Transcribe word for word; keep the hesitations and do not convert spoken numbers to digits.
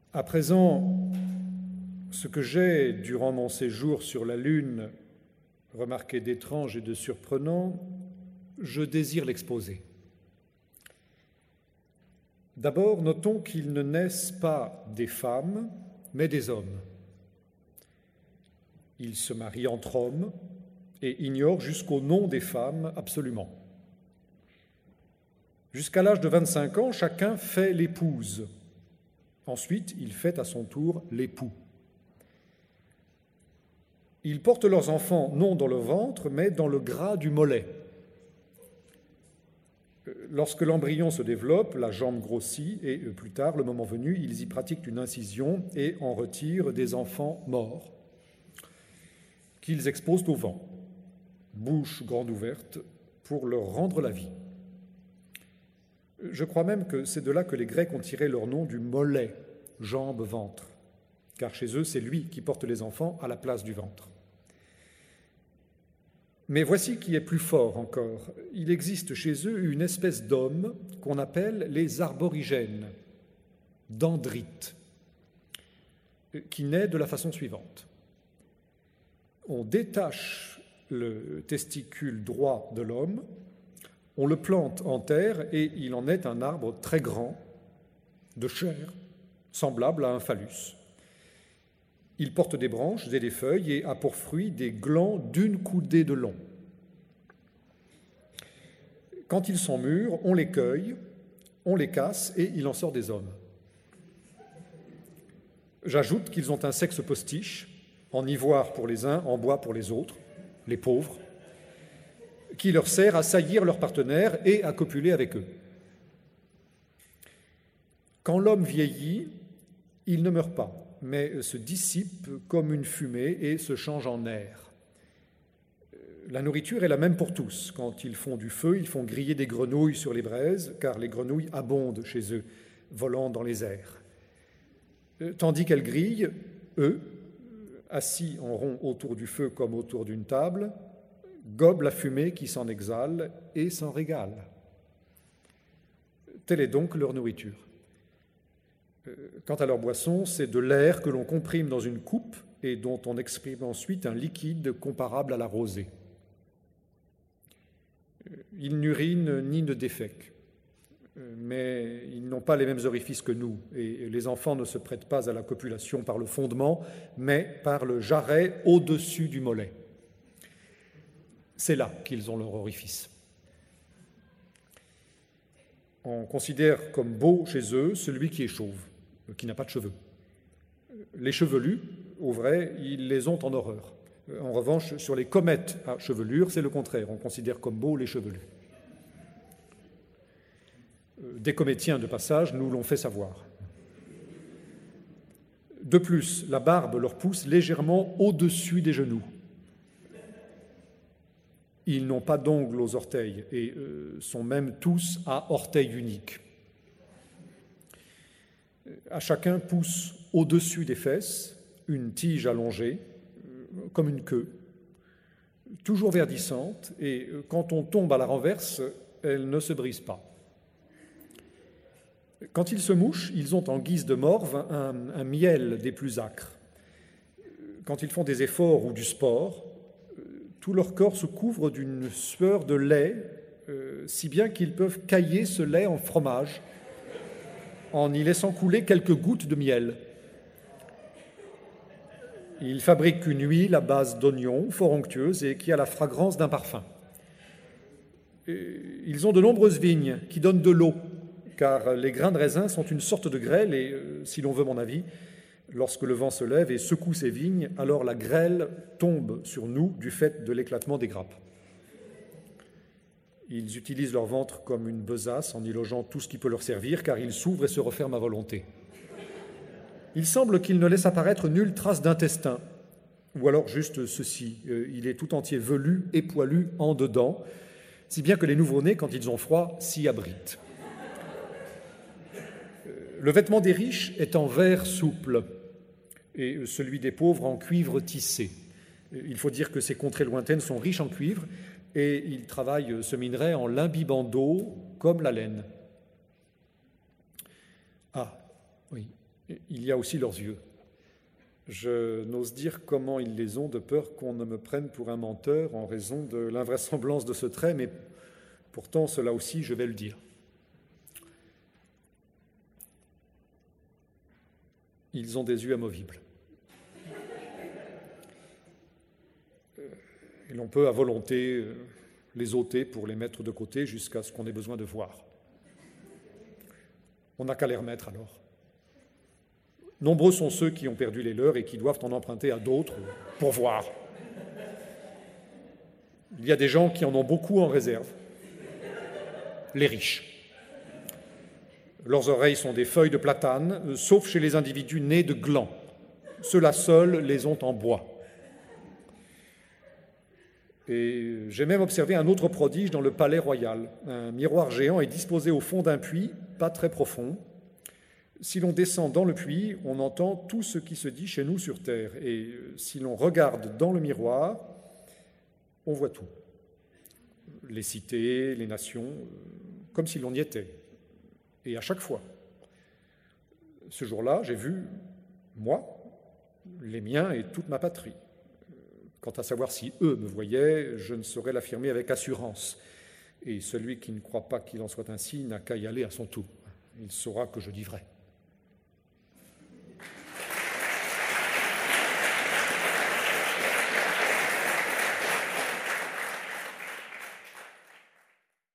À présent, ce que j'ai, durant mon séjour sur la Lune, remarqué d'étrange et de surprenant, je désire l'exposer. D'abord, notons qu'ils ne naissent pas des femmes, mais des hommes. Ils se marient entre hommes et ignorent jusqu'au nom des femmes absolument. Jusqu'à l'âge de vingt-cinq ans, chacun fait l'épouse. Ensuite, il fait à son tour l'époux. Ils portent leurs enfants non dans le ventre, mais dans le gras du mollet. Lorsque l'embryon se développe, la jambe grossit et plus tard, le moment venu, ils y pratiquent une incision et en retirent des enfants morts qu'ils exposent au vent, bouche grande ouverte, pour leur rendre la vie. Je crois même que c'est de là que les Grecs ont tiré leur nom du mollet, jambe-ventre, car chez eux, c'est lui qui porte les enfants à la place du ventre. Mais voici qui est plus fort encore. Il existe chez eux une espèce d'homme qu'on appelle les arborigènes, dendrites, qui naît de la façon suivante. On détache le testicule droit de l'homme, on le plante en terre et il en est un arbre très grand, de chair, semblable à un phallus. Il porte des branches et des feuilles et a pour fruit des glands d'une coudée de long. Quand ils sont mûrs, on les cueille, on les casse et il en sort des hommes. J'ajoute qu'ils ont un sexe postiche, en ivoire pour les uns, en bois pour les autres, les pauvres, qui leur sert à saillir leurs partenaires et à copuler avec eux. Quand l'homme vieillit, il ne meurt pas, mais se dissipe comme une fumée et se change en air. La nourriture est la même pour tous. Quand ils font du feu, ils font griller des grenouilles sur les braises, car les grenouilles abondent chez eux, volant dans les airs. Tandis qu'elles grillent, eux, assis en rond autour du feu comme autour d'une table, gobent la fumée qui s'en exhale et s'en régale. Telle est donc leur nourriture. Quant à leur boisson, c'est de l'air que l'on comprime dans une coupe et dont on exprime ensuite un liquide comparable à la rosée. Ils n'urinent ni ne défèquent, mais ils n'ont pas les mêmes orifices que nous, et les enfants ne se prêtent pas à la copulation par le fondement, mais par le jarret au-dessus du mollet. C'est là qu'ils ont leur orifice. On considère comme beau chez eux celui qui est chauve, qui n'a pas de cheveux. Les chevelus, au vrai, ils les ont en horreur. En revanche, sur les comètes à chevelure, c'est le contraire. On considère comme beaux les chevelus. Des cométiens de passage nous l'ont fait savoir. De plus, la barbe leur pousse légèrement au-dessus des genoux. Ils n'ont pas d'ongles aux orteils et euh, sont même tous à orteils uniques. À chacun pousse au-dessus des fesses une tige allongée, euh, comme une queue, toujours verdissante, et euh, quand on tombe à la renverse, elle ne se brise pas. Quand ils se mouchent, ils ont en guise de morve un, un miel des plus âcres. Quand ils font des efforts ou du sport, tout leur corps se couvre d'une sueur de lait, euh, si bien qu'ils peuvent cailler ce lait en fromage, en y laissant couler quelques gouttes de miel. Ils fabriquent une huile à base d'oignons, fort onctueuse et qui a la fragrance d'un parfum. Ils ont de nombreuses vignes qui donnent de l'eau, car les grains de raisin sont une sorte de grêle et, euh, si l'on veut mon avis, lorsque le vent se lève et secoue ces vignes, alors la grêle tombe sur nous du fait de l'éclatement des grappes. Ils utilisent leur ventre comme une besace en y logeant tout ce qui peut leur servir, car il s'ouvre et se referme à volonté. Il semble qu'ils ne laissent apparaître nulle trace d'intestin, ou alors juste ceci, il est tout entier velu et poilu en dedans, si bien que les nouveau-nés, quand ils ont froid, s'y abritent. Le vêtement des riches est en verre souple et celui des pauvres en cuivre tissé. Il faut dire que ces contrées lointaines sont riches en cuivre et ils travaillent ce minerai en l'imbibant d'eau comme la laine. Ah, oui, il y a aussi leurs yeux. Je n'ose dire comment ils les ont, de peur qu'on ne me prenne pour un menteur en raison de l'invraisemblance de ce trait, mais pourtant cela aussi je vais le dire. Ils ont des yeux amovibles. Et l'on peut à volonté les ôter pour les mettre de côté jusqu'à ce qu'on ait besoin de voir. On n'a qu'à les remettre alors. Nombreux sont ceux qui ont perdu les leurs et qui doivent en emprunter à d'autres pour voir. Il y a des gens qui en ont beaucoup en réserve. Les riches. Leurs oreilles sont des feuilles de platane, sauf chez les individus nés de glands. Ceux-là seuls les ont en bois. Et j'ai même observé un autre prodige dans le palais royal. Un miroir géant est disposé au fond d'un puits, pas très profond. Si l'on descend dans le puits, on entend tout ce qui se dit chez nous sur terre. Et si l'on regarde dans le miroir, on voit tout. Les cités, les nations, comme si l'on y était. Et à chaque fois. Ce jour-là, j'ai vu, moi, les miens et toute ma patrie. Quant à savoir si eux me voyaient, je ne saurais l'affirmer avec assurance. Et celui qui ne croit pas qu'il en soit ainsi n'a qu'à y aller à son tour. Il saura que je dis vrai.